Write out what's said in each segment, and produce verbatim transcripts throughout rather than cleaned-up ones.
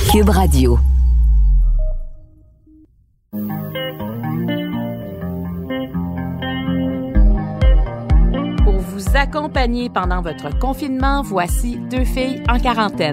Cube Radio. Pour vous accompagner pendant votre confinement, voici deux filles en quarantaine.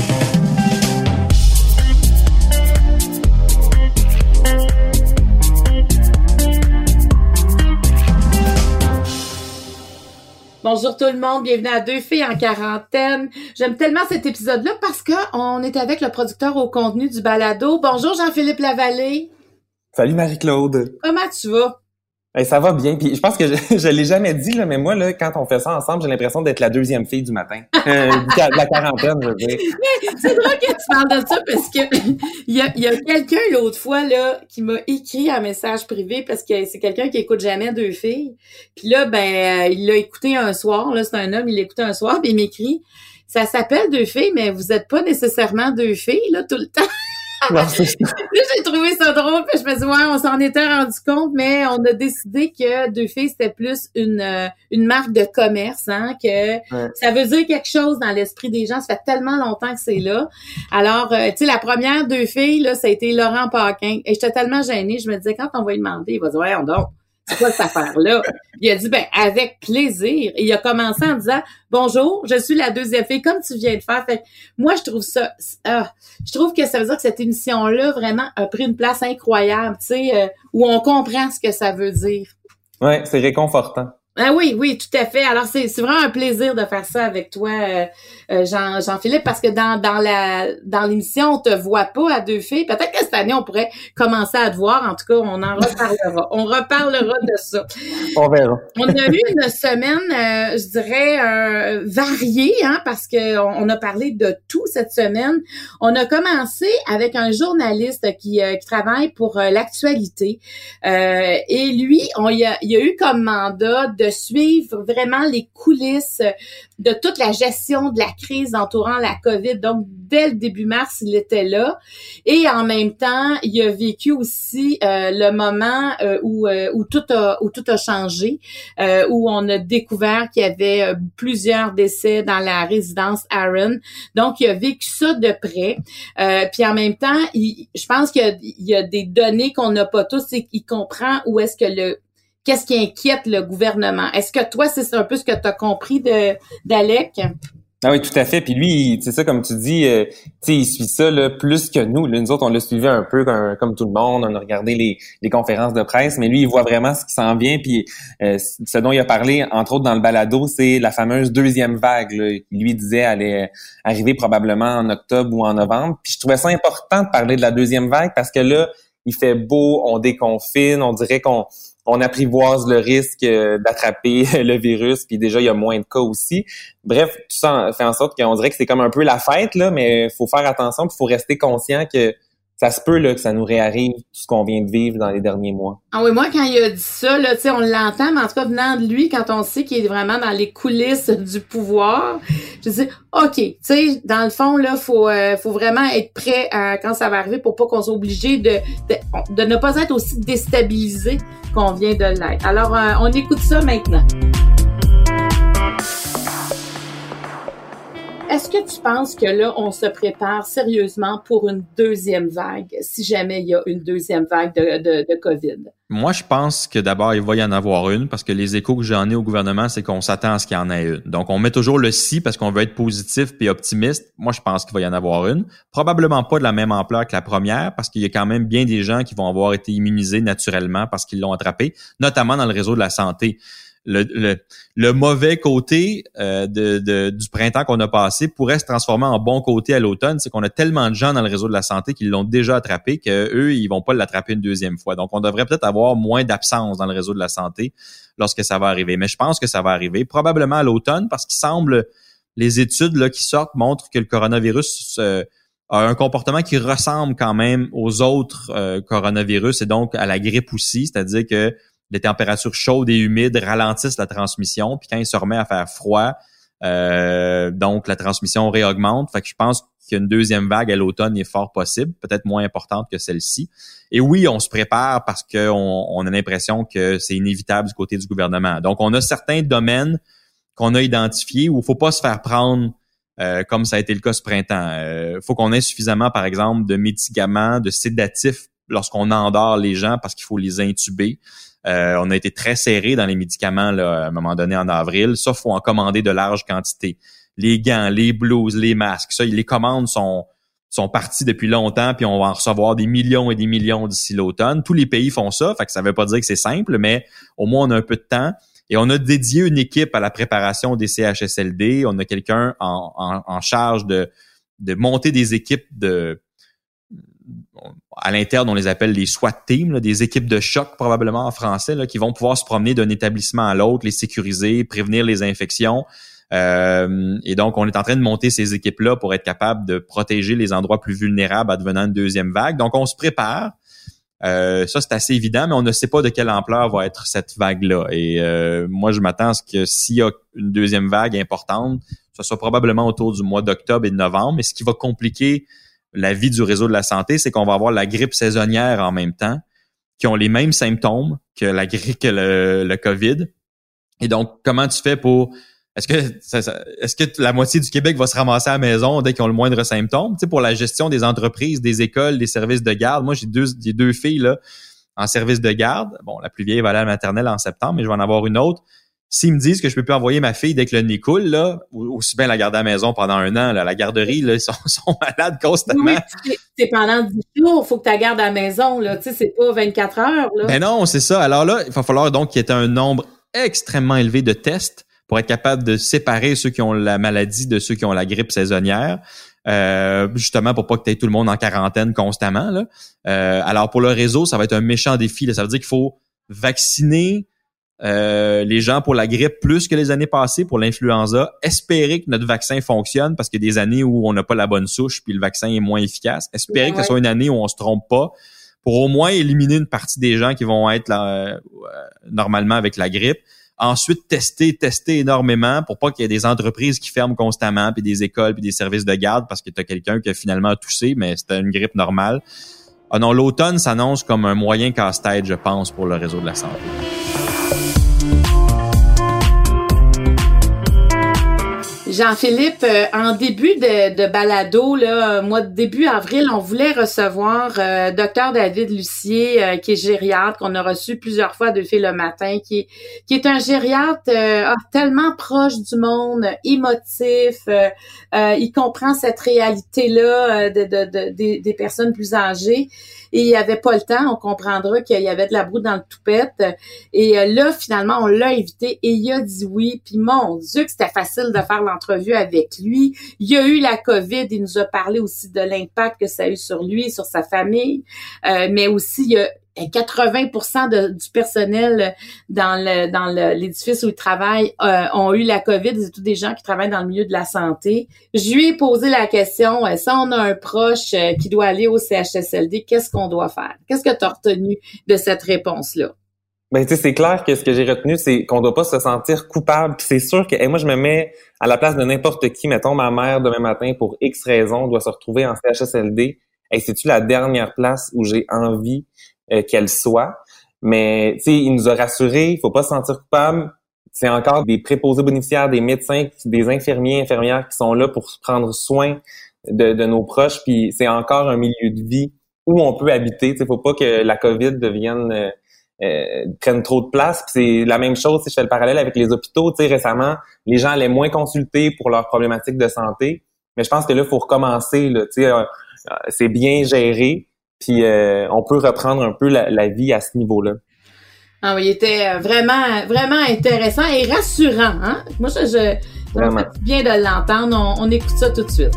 Bonjour tout le monde, bienvenue à Deux filles en quarantaine. J'aime tellement cet épisode-là parce que on est avec le producteur au contenu du balado. Bonjour Jean-Philippe Lavallée. Salut Marie-Claude. Comment tu vas? Hey, ça va bien. Puis je pense que je, je l'ai jamais dit là, mais moi là, quand on fait ça ensemble, j'ai l'impression d'être la deuxième fille du matin, euh, de la quarantaine, je veux dire. Mais c'est drôle que tu parles de ça parce que il y a, il y a quelqu'un l'autre fois là qui m'a écrit un message privé parce que c'est quelqu'un qui écoute jamais Deux filles. Puis là, ben, euh, il l'a écouté un soir. Là, c'est un homme, il l'a écouté un soir, puis il m'écrit. Ça s'appelle Deux filles, mais vous êtes pas nécessairement deux filles là tout le temps. Là, j'ai trouvé ça drôle, puis je me dis ouais, on s'en était rendu compte, mais on a décidé que Deux filles c'était plus une euh, une marque de commerce, hein, que ouais. Ça veut dire quelque chose dans l'esprit des gens. Ça fait tellement longtemps que c'est là. Alors, euh, tu sais, la première Deux filles là, ça a été Laurent Paquin, et j'étais tellement gênée, je me disais quand on va lui demander, il va dire ouais, on donc. C'est quoi cette affaire-là? Il a dit, ben, avec plaisir. Et il a commencé en disant, bonjour, je suis la deuxième fille, comme tu viens de faire. Fait que moi, je trouve ça, ah, je trouve que ça veut dire que cette émission-là, vraiment, a pris une place incroyable, tu sais, euh, où on comprend ce que ça veut dire. Ouais, c'est réconfortant. Ah oui, oui, tout à fait. Alors, c'est, c'est vraiment un plaisir de faire ça avec toi, euh, euh, Jean, Jean-Philippe, parce que dans, dans la, dans l'émission, on te voit pas à Deux filles. Peut-être que cette année, on pourrait commencer à te voir. En tout cas, on en reparlera. On reparlera de ça. On verra. On a eu une semaine, euh, je dirais, euh, variée, hein, parce que on, on a parlé de tout cette semaine. On a commencé avec un journaliste qui, euh, qui travaille pour euh, l'actualité. Euh, et lui, on y a, il a eu comme mandat de de suivre vraiment les coulisses de toute la gestion de la crise entourant la COVID. Donc, dès le début mars, il était là. Et en même temps, il a vécu aussi euh, le moment euh, où, euh, où, tout a, où tout a changé, euh, où on a découvert qu'il y avait euh, plusieurs décès dans la résidence Aaron. Donc, il a vécu ça de près. Euh, puis en même temps, il, je pense qu'il y a, il y a des données qu'on n'a pas tous et qu'il comprend où est-ce que le Qu'est-ce qui inquiète le gouvernement? Est-ce que toi, c'est un peu ce que tu as compris de d'Alec? Ah oui, tout à fait. Puis lui, c'est ça, comme tu dis, euh, tu sais, il suit ça là, plus que nous. Là, nous autres, on l'a suivi un peu comme, comme tout le monde. On a regardé les, les conférences de presse, mais lui, il voit vraiment ce qui s'en vient. Puis euh, ce dont il a parlé, entre autres dans le balado, c'est la fameuse deuxième vague. Là, qui lui disait allait arriver probablement en octobre ou en novembre. Puis je trouvais ça important de parler de la deuxième vague parce que là, il fait beau, on déconfine, on dirait qu'on on apprivoise le risque d'attraper le virus, puis déjà, il y a moins de cas aussi. Bref, tout ça fait en sorte qu'on dirait que c'est comme un peu la fête, là, mais il faut faire attention, puis il faut rester conscient que ça se peut là que ça nous réarrive tout ce qu'on vient de vivre dans les derniers mois. Ah oui, moi, quand il a dit ça, là, tu sais, on l'entend, mais en tout cas, venant de lui, quand on sait qu'il est vraiment dans les coulisses du pouvoir, je dis, OK, tu sais, dans le fond, là, faut euh, faut vraiment être prêt à, quand ça va arriver pour pas qu'on soit obligé de, de, de ne pas être aussi déstabilisé qu'on vient de l'être. Alors, euh, on écoute ça maintenant. Est-ce que tu penses que là, on se prépare sérieusement pour une deuxième vague, si jamais il y a une deuxième vague de, de, de COVID? Moi, je pense que d'abord, il va y en avoir une, parce que les échos que j'en ai au gouvernement, c'est qu'on s'attend à ce qu'il y en ait une. Donc, on met toujours le si parce qu'on veut être positif et optimiste. Moi, je pense qu'il va y en avoir une. Probablement pas de la même ampleur que la première, parce qu'il y a quand même bien des gens qui vont avoir été immunisés naturellement parce qu'ils l'ont attrapé, notamment dans le réseau de la santé. Le, le, le mauvais côté euh, de, de, du printemps qu'on a passé pourrait se transformer en bon côté à l'automne. C'est qu'on a tellement de gens dans le réseau de la santé qui l'ont déjà attrapé qu'eux, ils vont pas l'attraper une deuxième fois. Donc, on devrait peut-être avoir moins d'absence dans le réseau de la santé lorsque ça va arriver. Mais je pense que ça va arriver probablement à l'automne parce qu'il semble, les études là qui sortent montrent que le coronavirus euh, a un comportement qui ressemble quand même aux autres euh, coronavirus et donc à la grippe aussi, c'est-à-dire que les températures chaudes et humides ralentissent la transmission, puis quand il se remet à faire froid, euh, donc la transmission réaugmente. Fait que je pense qu'une deuxième vague à l'automne est fort possible, peut-être moins importante que celle-ci. Et oui, on se prépare parce qu'on on a l'impression que c'est inévitable du côté du gouvernement. Donc, on a certains domaines qu'on a identifiés où il faut pas se faire prendre euh, comme ça a été le cas ce printemps. Il euh, faut qu'on ait suffisamment, par exemple, de médicaments, de sédatifs lorsqu'on endort les gens parce qu'il faut les intuber. Euh, on a été très serré dans les médicaments là, à un moment donné en avril. Ça, il faut en commander de larges quantités. Les gants, les blouses, les masques, ça, les commandes sont sont partis depuis longtemps, puis on va en recevoir des millions et des millions d'ici l'automne. Tous les pays font ça, fait que ça veut pas dire que c'est simple, mais au moins on a un peu de temps. Et on a dédié une équipe à la préparation des C H S L D. On a quelqu'un en, en, en charge de, de monter des équipes de à l'interne, on les appelle les SWAT teams, là, des équipes de choc probablement en français, là, qui vont pouvoir se promener d'un établissement à l'autre, les sécuriser, prévenir les infections. Euh, et donc, on est en train de monter ces équipes-là pour être capable de protéger les endroits plus vulnérables advenant une deuxième vague. Donc, on se prépare. Euh, ça, c'est assez évident, mais on ne sait pas de quelle ampleur va être cette vague-là. Et euh, moi, je m'attends à ce que s'il y a une deuxième vague importante, ce soit probablement autour du mois d'octobre et de novembre. Mais ce qui va compliquer la vie du réseau de la santé, c'est qu'on va avoir la grippe saisonnière en même temps, qui ont les mêmes symptômes que la grippe, que le, le COVID. Et donc, comment tu fais pour... Est-ce que ça, ça, est-ce que la moitié du Québec va se ramasser à la maison dès qu'ils ont le moindre symptôme? Tu sais, pour la gestion des entreprises, des écoles, des services de garde. Moi, j'ai deux, j'ai deux filles là en service de garde. Bon, la plus vieille va aller à la maternelle en septembre, mais je vais en avoir une autre. S'ils me disent que je peux plus envoyer ma fille dès que le nez coule, là, ou aussi bien la garder à la maison pendant un an, là, la garderie, là, ils sont, sont malades constamment. Oui, c'est, c'est pendant dix jours, faut que tu la gardes à la maison, là. Tu sais, c'est pas vingt-quatre heures, là. Ben non, c'est ça. Alors là, il va falloir donc qu'il y ait un nombre extrêmement élevé de tests pour être capable de séparer ceux qui ont la maladie de ceux qui ont la grippe saisonnière, euh, justement pour pas que tu aies tout le monde en quarantaine constamment. Là. Euh, alors pour le réseau, ça va être un méchant défi. Là. Ça veut dire qu'il faut vacciner euh, les gens pour la grippe plus que les années passées pour l'influenza, espérer que notre vaccin fonctionne parce qu'il y a des années où on n'a pas la bonne souche puis le vaccin est moins efficace. Espérer ouais, que ce soit une année où on se trompe pas pour au moins éliminer une partie des gens qui vont être là, euh, normalement avec la grippe. Ensuite, tester, tester énormément pour pas qu'il y ait des entreprises qui ferment constamment, puis des écoles, puis des services de garde parce que tu as quelqu'un qui a finalement toussé, mais c'était une grippe normale. Ah non, l'automne s'annonce comme un moyen casse-tête, je pense, pour le réseau de la santé. Jean-Philippe, euh, en début de, de balado, là, mois de début avril, on voulait recevoir euh, docteur David Lucier, euh, qui est gériatre, qu'on a reçu plusieurs fois de Fil le matin, qui est, qui est un gériatre euh, oh, tellement proche du monde, émotif, euh, euh, il comprend cette réalité-là euh, de, de, de, de, des personnes plus âgées. Et il n'y avait pas le temps, on comprendra qu'il y avait de la boue dans le toupette. Et euh, là, finalement, on l'a invité et il a dit oui. Puis mon Dieu, que c'était facile de faire l'entrevue avec lui. Il y a eu la COVID, il nous a parlé aussi de l'impact que ça a eu sur lui, sur sa famille. Euh, mais aussi, il y a quatre-vingts pour cent de, du personnel dans le dans le, l'édifice où il travaille euh, ont eu la COVID. C'est tous des gens qui travaillent dans le milieu de la santé. Je lui ai posé la question, euh, si on a un proche euh, qui doit aller au C H S L D, qu'est-ce qu'on doit faire? Qu'est-ce que tu as retenu de cette réponse-là? Ben, tu sais, c'est clair que ce que j'ai retenu, c'est qu'on doit pas se sentir coupable. Puis c'est sûr que, hey, moi, je me mets à la place de n'importe qui. Mettons, ma mère, demain matin, pour X raisons, doit se retrouver en C H S L D. Hey, c'est-tu la dernière place où j'ai envie Euh, qu'elle soit, mais tu sais, il nous a rassurés, il faut pas se sentir coupable. C'est encore des préposés bénéficiaires, des médecins, des infirmiers, infirmières qui sont là pour prendre soin de, de nos proches, puis c'est encore un milieu de vie où on peut habiter. Tu sais, faut pas que la COVID devienne euh, euh, prenne trop de place. Puis c'est la même chose si je fais le parallèle avec les hôpitaux. Tu sais, récemment, les gens allaient moins consulter pour leurs problématiques de santé, mais je pense que là, il faut recommencer. Là, tu sais, euh, c'est bien géré. Puis euh, on peut reprendre un peu la, la vie à ce niveau-là. Ah oui, il était vraiment, vraiment intéressant et rassurant. Hein? Moi, je, je vraiment. Ça fait bien de l'entendre. On, on écoute ça tout de suite.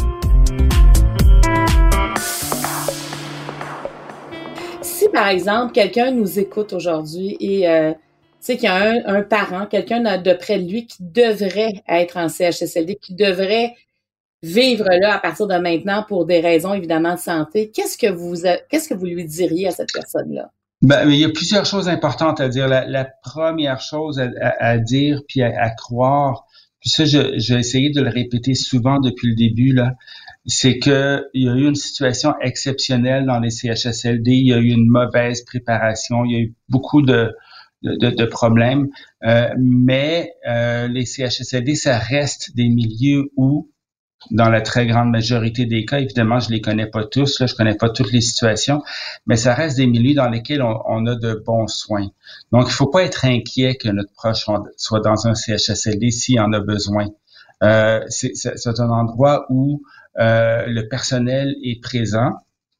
Si, par exemple, quelqu'un nous écoute aujourd'hui et euh, tu sais qu'il y a un, un parent, quelqu'un de près de lui qui devrait être en C H S L D, qui devrait vivre là à partir de maintenant pour des raisons évidemment de santé, qu'est-ce que vous qu'est-ce que vous lui diriez à cette personne-là? Ben, il y a plusieurs choses importantes à dire. La, la première chose à, à, à dire puis à, à croire, puis ça, je, j'ai essayé de le répéter souvent depuis le début là, c'est que il y a eu une situation exceptionnelle dans les C H S L D. Il y a eu une mauvaise préparation. Il y a eu beaucoup de de, de, de problèmes, euh, mais euh, les C H S L D, ça reste des milieux où dans la très grande majorité des cas. Évidemment, je les connais pas tous, là, je connais pas toutes les situations, mais ça reste des milieux dans lesquels on, on a de bons soins. Donc, il faut pas être inquiet que notre proche soit dans un C H S L D s'il en a besoin. Euh, c'est, c'est un endroit où euh, le personnel est présent,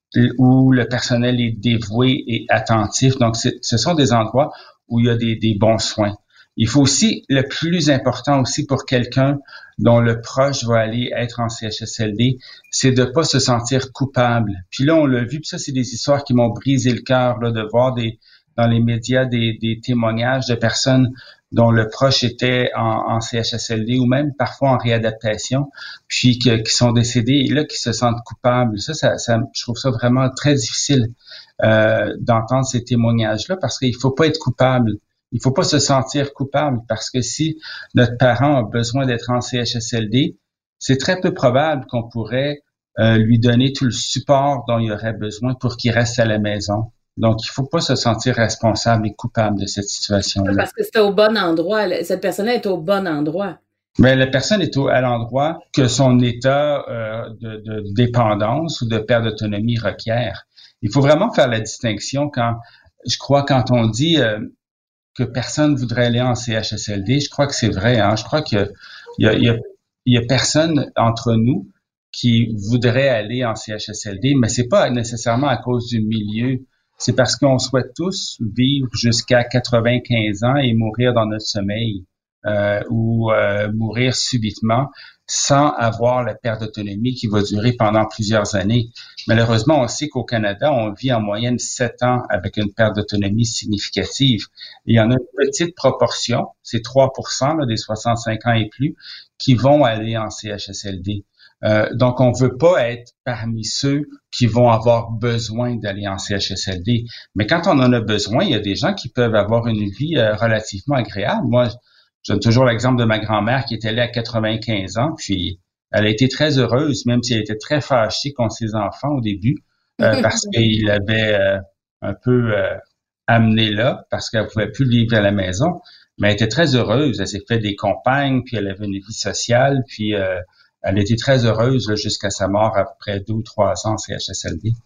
où le personnel est dévoué et attentif. Donc, ce sont des endroits où il y a des, des bons soins. Il faut aussi, le plus important aussi pour quelqu'un dont le proche va aller être en C H S L D, c'est de pas se sentir coupable. Puis là, on l'a vu, puis ça, c'est des histoires qui m'ont brisé le cœur, là, de voir des dans les médias des, des témoignages de personnes dont le proche était en, en C H S L D ou même parfois en réadaptation, puis que, qui sont décédés et là, qui se sentent coupables. Ça, ça, ça je trouve ça vraiment très difficile euh, d'entendre ces témoignages-là parce qu'il faut pas être coupable. Il faut pas se sentir coupable parce que si notre parent a besoin d'être en C H S L D, c'est très peu probable qu'on pourrait euh, lui donner tout le support dont il aurait besoin pour qu'il reste à la maison. Donc, il faut pas se sentir responsable et coupable de cette situation-là. Parce que c'est au bon endroit. Cette personne-là est au bon endroit. Mais la personne est au, à l'endroit que son état euh, de, de dépendance ou de perte d'autonomie requiert. Il faut vraiment faire la distinction quand, je crois, quand on dit euh, que personne voudrait aller en C H S L D, je crois que c'est vrai. Hein? Je crois qu'il y a, il y a, il y a personne entre nous qui voudrait aller en C H S L D, mais c'est pas nécessairement à cause du milieu. C'est parce qu'on souhaite tous vivre jusqu'à quatre-vingt-quinze ans et mourir dans notre sommeil euh, ou euh, mourir subitement sans avoir la perte d'autonomie qui va durer pendant plusieurs années. Malheureusement, on sait qu'au Canada, on vit en moyenne sept ans avec une perte d'autonomie significative. Et il y en a une petite proportion, c'est trois pour cent là, des soixante-cinq ans et plus, qui vont aller en C H S L D. Euh, donc, on veut pas être parmi ceux qui vont avoir besoin d'aller en C H S L D. Mais quand on en a besoin, il y a des gens qui peuvent avoir une vie euh, relativement agréable. Moi, je donne toujours l'exemple de ma grand-mère qui est allée à quatre-vingt-quinze ans, puis elle a été très heureuse, même si elle était très fâchée contre ses enfants au début, euh, parce qu'il l'avait euh, un peu euh, amenée là, parce qu'elle pouvait plus vivre à la maison. Mais elle était très heureuse. Elle s'est fait des compagnes, puis elle avait une vie sociale, puis euh, elle était très heureuse là, jusqu'à sa mort après deux ou trois ans en C H S L D.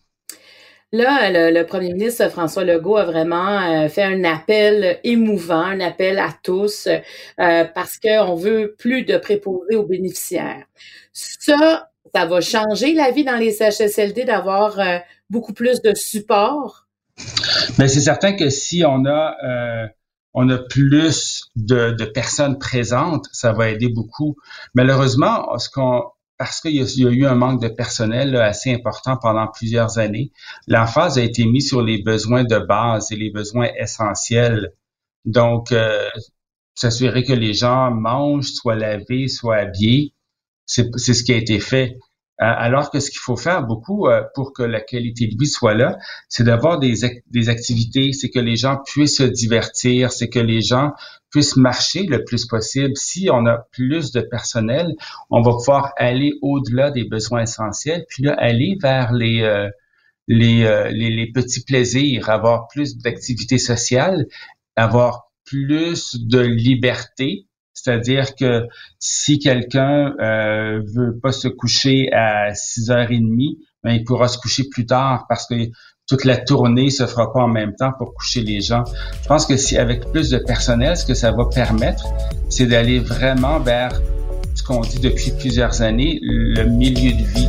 Là, le, le premier ministre François Legault a vraiment euh, fait un appel émouvant, un appel à tous, euh, parce qu'on veut plus de préposés aux bénéficiaires. Ça, ça va changer la vie dans les C H S L D d'avoir euh, beaucoup plus de support? Mais c'est certain que si on a euh, on a plus de, de personnes présentes, ça va aider beaucoup. Malheureusement, ce qu'on parce qu'il y a, il y a eu un manque de personnel là, assez important pendant plusieurs années, l'emphase a été mise sur les besoins de base et les besoins essentiels. Donc, euh, s'assurer que les gens mangent, soient lavés, soient habillés, c'est, c'est ce qui a été fait. Alors que ce qu'il faut faire beaucoup euh, pour que la qualité de vie soit là, c'est d'avoir des, des activités, c'est que les gens puissent se divertir, c'est que les gens puissent marcher le plus possible. Si on a plus de personnel, on va pouvoir aller au-delà des besoins essentiels, puis là, aller vers les, euh, les, euh, les, les petits plaisirs, avoir plus d'activités sociales, avoir plus de liberté. C'est-à-dire que si quelqu'un euh, veut pas se coucher à six heures trente, ben il pourra se coucher plus tard parce que toute la tournée se fera pas en même temps pour coucher les gens. Je pense que si avec plus de personnel, ce que ça va permettre, c'est d'aller vraiment vers ce qu'on dit depuis plusieurs années, le milieu de vie.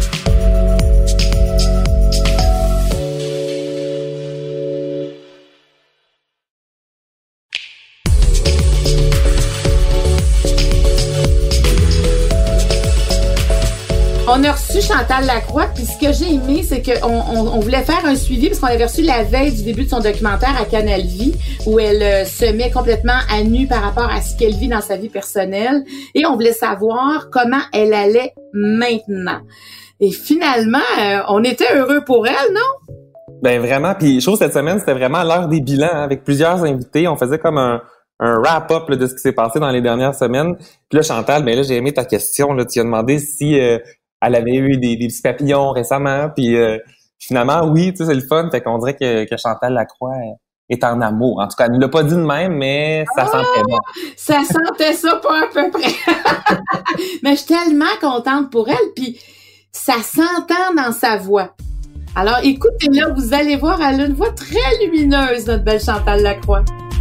On a reçu Chantal Lacroix, puis ce que j'ai aimé, c'est qu'on on, on voulait faire un suivi, parce qu'on avait reçu la veille du début de son documentaire à Canal Vie, où elle euh, se met complètement à nu par rapport à ce qu'elle vit dans sa vie personnelle, et on voulait savoir comment elle allait maintenant. Et finalement, euh, on était heureux pour elle, non? Ben vraiment, puis je trouve cette semaine, c'était vraiment l'heure des bilans, hein, avec plusieurs invités. On faisait comme un un wrap-up là, de ce qui s'est passé dans les dernières semaines. Puis là, Chantal, ben là, j'ai aimé ta question. Là, tu as demandé si euh, elle avait eu des, des petits papillons récemment. Puis euh, finalement, oui, tu sais, c'est le fun. Fait qu'on dirait que, que Chantal Lacroix, est en amour. En tout cas, elle ne l'a pas dit de même, mais ça oh, sentait bon. Ça sentait ça pas à peu près. Mais je suis tellement contente pour elle, puis ça s'entend dans sa voix. Alors, écoutez-la, vous allez voir, elle a une voix très lumineuse, notre belle Chantal Lacroix.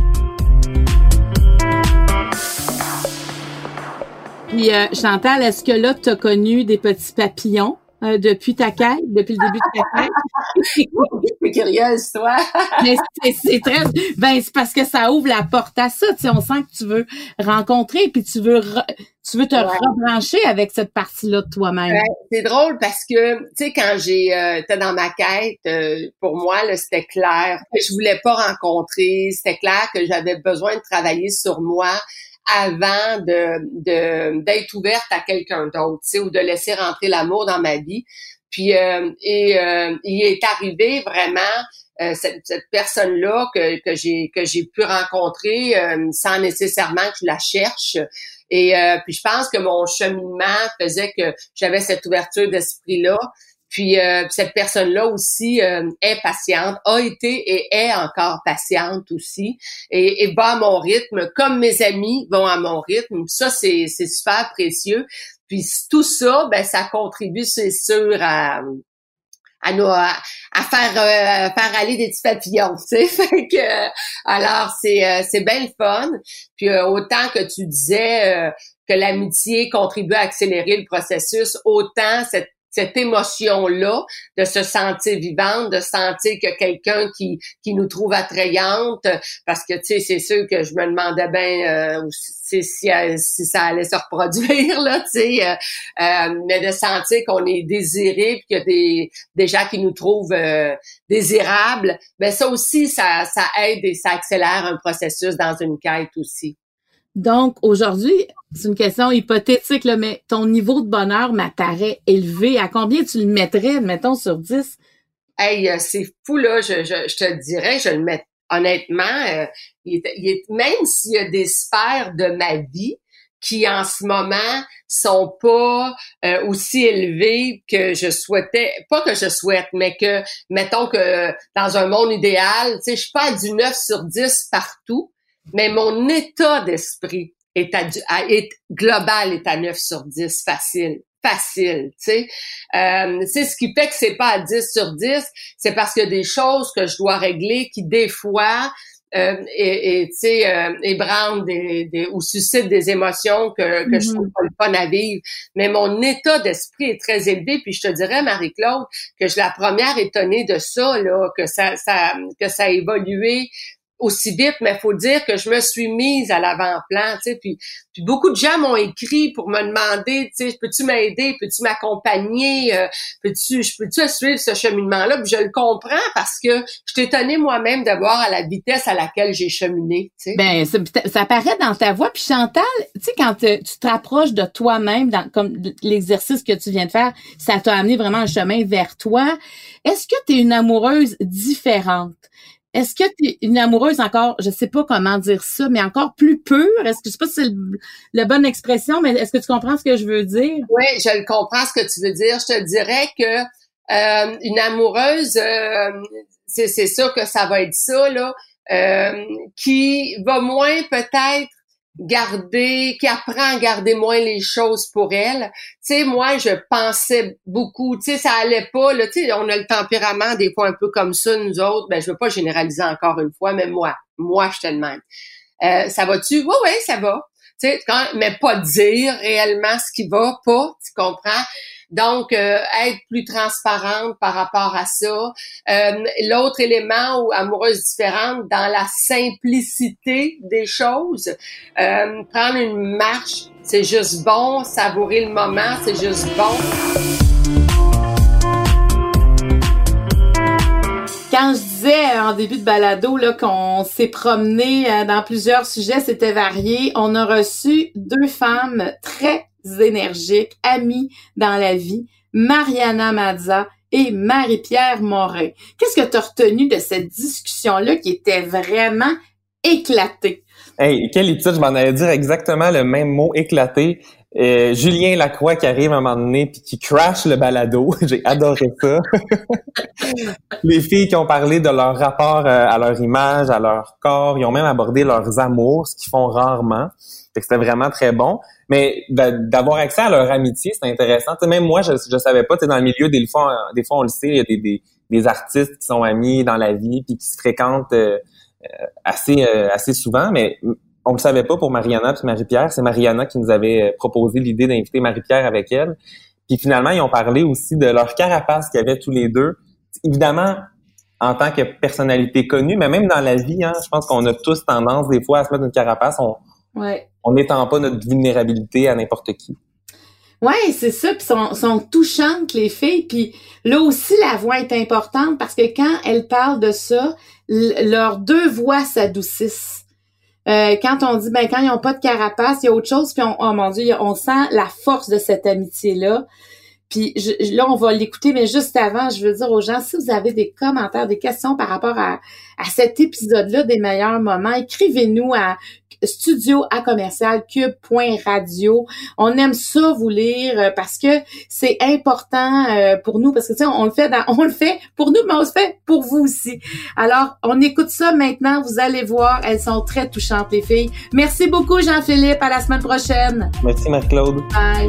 Puis, euh, Chantal, est-ce que là, tu as connu des petits papillons euh, depuis ta quête, depuis le début de ta quête? C'est curieuse, toi. Mais c'est, c'est très... Ben, c'est parce que ça ouvre la porte à ça. Tu sais, on sent que tu veux rencontrer, puis tu veux... Re... Tu veux te ouais. rebrancher avec cette partie-là de toi-même. Ouais, c'est drôle parce que, tu sais, quand j'ai euh, été dans ma quête, euh, pour moi, là, c'était clair que je voulais pas rencontrer. C'était clair que j'avais besoin de travailler sur moi avant de, de d'être ouverte à quelqu'un d'autre, tu sais, ou de laisser rentrer l'amour dans ma vie. Puis, euh, et euh, il est arrivé vraiment euh, cette, cette personne-là que, que j'ai que j'ai pu rencontrer euh, sans nécessairement que je la cherche. Et euh, puis je pense que mon cheminement faisait que j'avais cette ouverture d'esprit-là. Puis euh, cette personne-là aussi euh, est patiente, a été et est encore patiente aussi, et, et va à mon rythme, comme mes amis vont à mon rythme. Ça, c'est, c'est super précieux. Puis tout ça, ben ça contribue, c'est sûr, à à nous à, à faire euh, faire aller des petits papillons, tu sais. Fait que alors c'est euh, c'est bien le fun. Puis euh, autant que tu disais euh, que l'amitié contribue à accélérer le processus, autant cette cette émotion-là, de se sentir vivante, de sentir qu'il y a quelqu'un qui qui nous trouve attrayante, parce que, tu sais, c'est sûr que je me demandais bien euh, si, si, si ça allait se reproduire, là, tu sais, euh, euh, mais de sentir qu'on est désiré, puis qu'il y a des, des gens qui nous trouvent euh, désirables, ben ça aussi, ça, ça aide et ça accélère un processus dans une quête aussi. Donc, aujourd'hui, c'est une question hypothétique, là, mais ton niveau de bonheur m'apparaît élevé. À combien tu le mettrais, mettons, sur dix? Hey, c'est fou, là. Je, je, je te dirais, je le mets honnêtement. Euh, il est, il est, même s'il y a des sphères de ma vie qui, en ce moment, sont pas euh, aussi élevées que je souhaitais. Pas que je souhaite, mais que, mettons que dans un monde idéal, tu sais, je suis pas à du neuf sur dix partout. Mais mon état d'esprit est, à, à, est global est à neuf sur dix, facile, facile, tu sais. Euh, c'est ce qui fait que c'est pas à dix sur dix, c'est parce qu'il y a des choses que je dois régler qui, des fois, euh, et, et tu sais, euh, ébranlent des, des, ou suscitent des émotions que, que mm-hmm. je trouve pas le fun à vivre. Mais mon état d'esprit est très élevé, puis je te dirais, Marie-Claude, que je suis la première étonnée de ça, là, que ça, ça, que ça a évolué aussi vite, mais il faut dire que je me suis mise à l'avant-plan, tu sais, puis, puis beaucoup de gens m'ont écrit pour me demander, tu sais, peux-tu m'aider, peux-tu m'accompagner, euh, peux-tu, je peux-tu suivre ce cheminement-là, puis je le comprends parce que je suis étonnée moi-même de voir à la vitesse à laquelle j'ai cheminé, tu sais. Ben, ça, ça paraît dans ta voix, puis Chantal, tu sais, quand te, tu te rapproches de toi-même, dans, comme l'exercice que tu viens de faire, ça t'a amené vraiment un chemin vers toi. Est-ce que tu es une amoureuse différente? Est-ce que tu es une amoureuse encore, je sais pas comment dire ça, mais encore plus pure? Est-ce que, je sais pas si c'est le, la bonne expression, mais est-ce que tu comprends ce que je veux dire? Oui, je le comprends ce que tu veux dire. Je te dirais que euh, une amoureuse, euh, c'est, c'est sûr que ça va être ça, là, euh, qui va moins peut-être garder, qui apprend à garder moins les choses pour elle. Tu sais, moi, je pensais beaucoup, tu sais, ça allait pas, là, tu sais, on a le tempérament des fois un peu comme ça, nous autres, ben, je veux pas généraliser encore une fois, mais moi, moi, je te le même. Euh, ça va-tu? Oui, oui, ça va. Tu sais, quand, mais pas dire réellement ce qui va pas, tu comprends? Donc, euh, être plus transparente par rapport à ça. Euh, l'autre élément ou amoureuse différente, dans la simplicité des choses. Euh, prendre une marche, c'est juste bon. Savourer le moment, c'est juste bon. Quand je disais en début de balado là qu'on s'est promené dans plusieurs sujets, c'était varié. On a reçu deux femmes très énergiques, amies dans la vie, Mariana Mazza et Marie-Pierre Morin. Qu'est-ce que tu as retenu de cette discussion-là qui était vraiment éclatée? Hey, quelle étude, je m'en allais dire exactement le même mot, éclaté. Euh, Julien Lacroix qui arrive à un moment donné puis qui crash le balado. J'ai adoré ça. Les filles qui ont parlé de leur rapport euh, à leur image, à leur corps. Ils ont même abordé leurs amours, ce qu'ils font rarement. Fait que c'était vraiment très bon. Mais d'avoir accès à leur amitié, c'est intéressant. T'sais, même moi, je je savais pas. Dans le milieu, des fois, des fois on le sait, il y a des, des, des artistes qui sont amis dans la vie puis qui se fréquentent euh, assez euh, assez souvent. Mais on le savait pas pour Mariana puis Marie-Pierre. C'est Mariana qui nous avait proposé l'idée d'inviter Marie-Pierre avec elle. Puis finalement, ils ont parlé aussi de leur carapace qu'ils avaient tous les deux. Évidemment, en tant que personnalité connue, mais même dans la vie, hein, je pense qu'on a tous tendance des fois à se mettre une carapace. On ouais. on n'étend pas notre vulnérabilité à n'importe qui. Ouais, c'est ça. Puis sont, sont touchantes les filles. Puis là aussi, la voix est importante parce que quand elles parlent de ça, l- leurs deux voix s'adoucissent. Euh, quand on dit, ben quand ils n'ont pas de carapace, il y a autre chose, puis on, oh mon Dieu, on sent la force de cette amitié-là. Puis je, là, on va l'écouter, mais juste avant, je veux dire aux gens, si vous avez des commentaires, des questions par rapport à, à cet épisode-là des meilleurs moments, écrivez-nous à studio à commercial cube point radio. On aime ça vous lire parce que c'est important euh, pour nous, parce que tu sais, on le fait dans, on le fait pour nous, mais on le fait pour vous aussi. Alors, on écoute ça maintenant, vous allez voir, elles sont très touchantes les filles. Merci beaucoup Jean-Philippe, à la semaine prochaine. Merci Marie-Claude. Bye.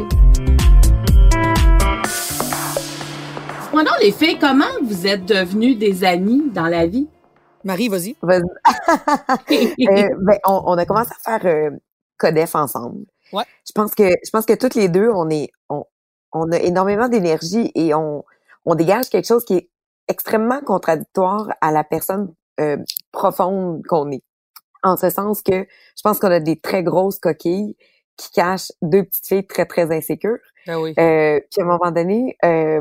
Moi non, les filles, comment vous êtes devenues des amies dans la vie? Marie, vas-y. Vas-y. euh, ben, on, on a commencé à faire euh, Codef ensemble. Ouais. Je pense que je pense que toutes les deux, on est on, on a énormément d'énergie et on on dégage quelque chose qui est extrêmement contradictoire à la personne euh, profonde qu'on est. En ce sens que je pense qu'on a des très grosses coquilles qui cachent deux petites filles très très insécures. Ben oui. Euh, puis à un moment donné, euh,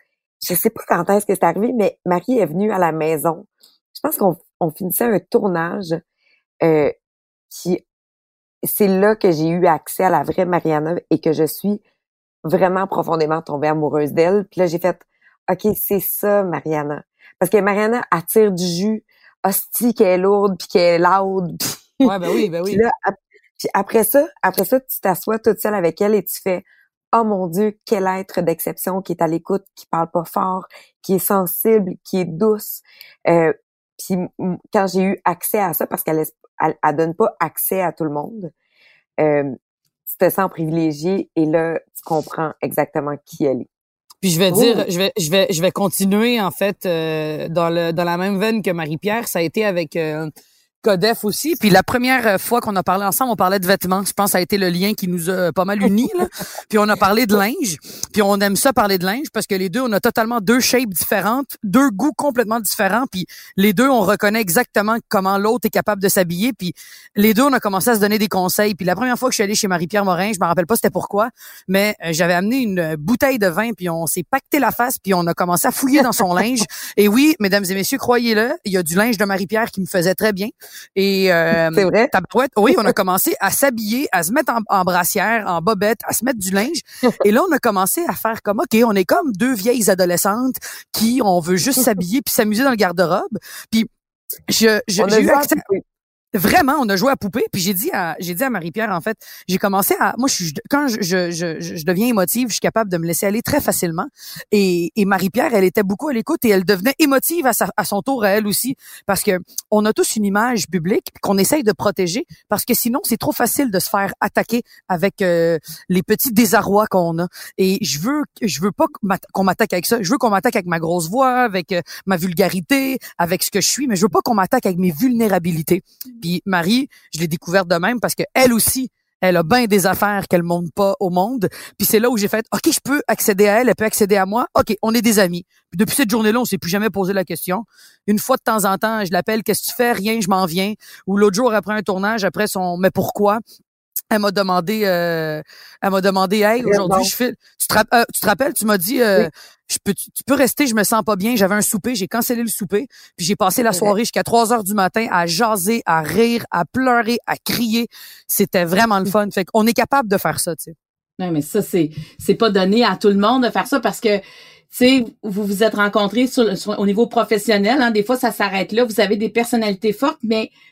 je sais pas quand est-ce que c'est arrivé, mais Marie est venue à la maison. Je pense qu'on on finissait un tournage euh, qui c'est là que j'ai eu accès à la vraie Mariana et que je suis vraiment profondément tombée amoureuse d'elle. Puis là, j'ai fait OK, c'est ça, Mariana. Parce que Mariana attire du jus, hostie qu'elle est lourde, puis qu'elle est loud. Puis, ouais, ben oui, ben oui. Puis, là, ap- puis après ça, après ça, tu t'assois toute seule avec elle et tu fais oh mon Dieu, quel être d'exception qui est à l'écoute, qui parle pas fort, qui est sensible, qui est douce. Euh, puis m- quand j'ai eu accès à ça, parce qu'elle elle, elle donne pas accès à tout le monde, euh, tu te sens privilégié et là, tu comprends exactement qui elle est. Puis je vais Oh. dire, je vais, je vais, je vais continuer en fait euh, dans le dans la même veine que Marie-Pierre. Ça a été avec euh, Codef aussi. Puis la première fois qu'on a parlé ensemble, on parlait de vêtements. Je pense que ça a été le lien qui nous a pas mal unis, là. Puis on a parlé de linge. Puis on aime ça parler de linge parce que les deux, on a totalement deux shapes différentes, deux goûts complètement différents. Puis les deux, on reconnaît exactement comment l'autre est capable de s'habiller. Puis les deux, on a commencé à se donner des conseils. Puis la première fois que je suis allée chez Marie-Pierre Morin, je me rappelle pas c'était pourquoi, mais euh, j'avais amené une bouteille de vin. Puis on s'est pacté la face. Puis on a commencé à fouiller dans son linge. Et oui, mesdames et messieurs, croyez-le, il y a du linge de Marie-Pierre qui me faisait très bien. Et euh, C'est vrai? tabarouette, oui, on a commencé à s'habiller, à se mettre en, en brassière, en bobette, à se mettre du linge. Et là, on a commencé à faire comme, OK, on est comme deux vieilles adolescentes qui, on veut juste s'habiller puis s'amuser dans le garde-robe. Puis, je, je, On a j'ai eu joué à accès... poupée. Vraiment, on a joué à poupée, puis j'ai dit à j'ai dit à Marie-Pierre en fait, j'ai commencé à moi je suis quand je je je, je deviens émotive, je suis capable de me laisser aller très facilement et et Marie-Pierre, elle était beaucoup à l'écoute et elle devenait émotive à sa à son tour à elle aussi parce que on a tous une image publique puis qu'on essaye de protéger parce que sinon c'est trop facile de se faire attaquer avec euh, les petits désarrois qu'on a et je veux je veux pas qu'on m'attaque avec ça, je veux qu'on m'attaque avec ma grosse voix, avec euh, ma vulgarité, avec ce que je suis, mais je veux pas qu'on m'attaque avec mes vulnérabilités. Puis Marie, je l'ai découverte de même parce que elle aussi, elle a bien des affaires qu'elle montre pas au monde. Puis c'est là où j'ai fait, OK, je peux accéder à elle, elle peut accéder à moi. OK, on est des amis. Puis depuis cette journée-là, on s'est plus jamais posé la question. Une fois de temps en temps, je l'appelle, qu'est-ce que tu fais? Rien, je m'en viens. Ou l'autre jour, après un tournage, après son, mais pourquoi? Elle m'a demandé, euh, elle m'a demandé, hey, aujourd'hui, je file. Tu te, euh, tu te rappelles, tu m'as dit, euh, oui. je peux, tu, tu peux rester, je me sens pas bien. J'avais un souper, j'ai cancellé le souper, puis j'ai passé la soirée jusqu'à trois heures du matin à jaser, à rire, à pleurer, à crier. C'était vraiment le fun. Fait qu'on est capable de faire ça, tu sais. Non, mais ça, c'est, c'est pas donné à tout le monde de faire ça parce que, tu sais, vous vous êtes rencontrés sur, sur, au niveau professionnel, hein, des fois, ça s'arrête là. Vous avez des personnalités fortes, mais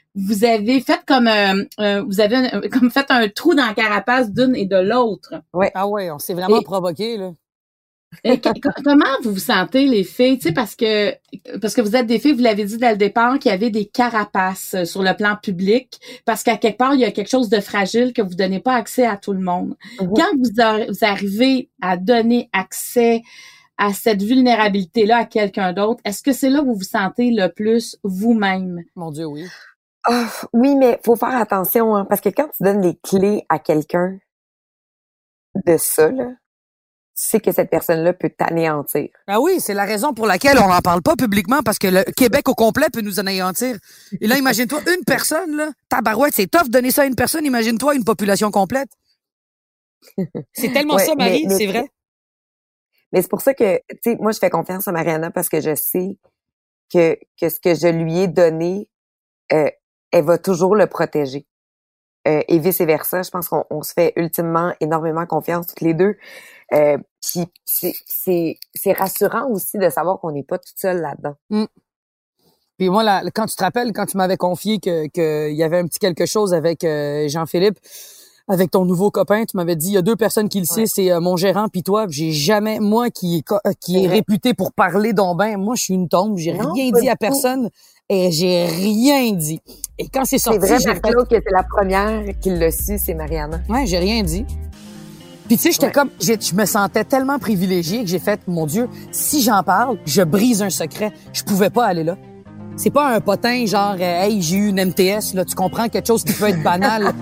vous avez fait comme un, un vous avez un, comme fait un trou dans la carapace d'une et de l'autre. Ouais. Ah ouais, on s'est vraiment et, provoqué là. Et comment vous vous sentez les filles, tu sais, parce que parce que vous êtes des filles, vous l'avez dit dès le départ, qu'il y avait des carapaces sur le plan public, parce qu'à quelque part il y a quelque chose de fragile que vous donnez pas accès à tout le monde. Mm-hmm. Quand vous, a, vous arrivez à donner accès à cette vulnérabilité-là à quelqu'un d'autre, est-ce que c'est là où vous vous sentez le plus vous-même? Mon Dieu, oui. Oh, oui, mais faut faire attention, hein, parce que quand tu donnes les clés à quelqu'un de ça, là, tu sais que cette personne-là peut t'anéantir. Ah oui, c'est la raison pour laquelle on n'en parle pas publiquement, parce que le Québec au complet peut nous anéantir. Et là, imagine-toi, une personne, là, tabarouette, c'est tough de donner ça à une personne, imagine-toi une population complète. C'est tellement ouais, ça, Marie, mais, mais, c'est vrai. Mais c'est pour ça que, tu sais, moi, je fais confiance à Mariana parce que je sais que, que ce que je lui ai donné, euh, elle va toujours le protéger. Euh, et vice-versa, je pense qu'on on se fait ultimement énormément confiance toutes les deux. Euh, puis c'est, c'est, c'est rassurant aussi de savoir qu'on n'est pas toute seule là-dedans. Mm. Puis moi, là, quand tu te rappelles, quand tu m'avais confié que qu'il y avait un petit quelque chose avec euh, Jean-Philippe, avec ton nouveau copain, tu m'avais dit, il y a deux personnes qui le ouais. savent, c'est euh, mon gérant puis toi. J'ai jamais, moi qui est, qui est réputé pour parler donc ben, moi je suis une tombe, j'ai non, rien dit à personne. Et j'ai rien dit. Et quand c'est sorti, c'est vrai, j'ai Marc-Claude, fait... que c'est la première qui l'a su, c'est Mariana. Ouais, j'ai rien dit. Puis tu sais, j'étais ouais. comme, j'ai, je me sentais tellement privilégiée que j'ai fait, mon Dieu, si j'en parle, je brise un secret. Je pouvais pas aller là. C'est pas un potin genre, euh, hey, j'ai eu une M T S, là, tu comprends, quelque chose qui peut être banal.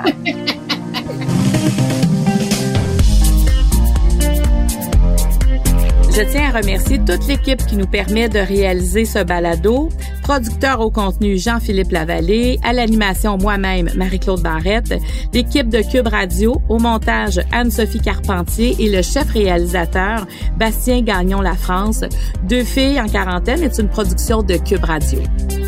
Je tiens à remercier toute l'équipe qui nous permet de réaliser ce balado. Producteur au contenu Jean-Philippe Lavallée, à l'animation moi-même Marie-Claude Barrette, l'équipe de Cube Radio, au montage Anne-Sophie Carpentier et le chef réalisateur Bastien Gagnon La France. Deux filles en quarantaine est une production de Cube Radio.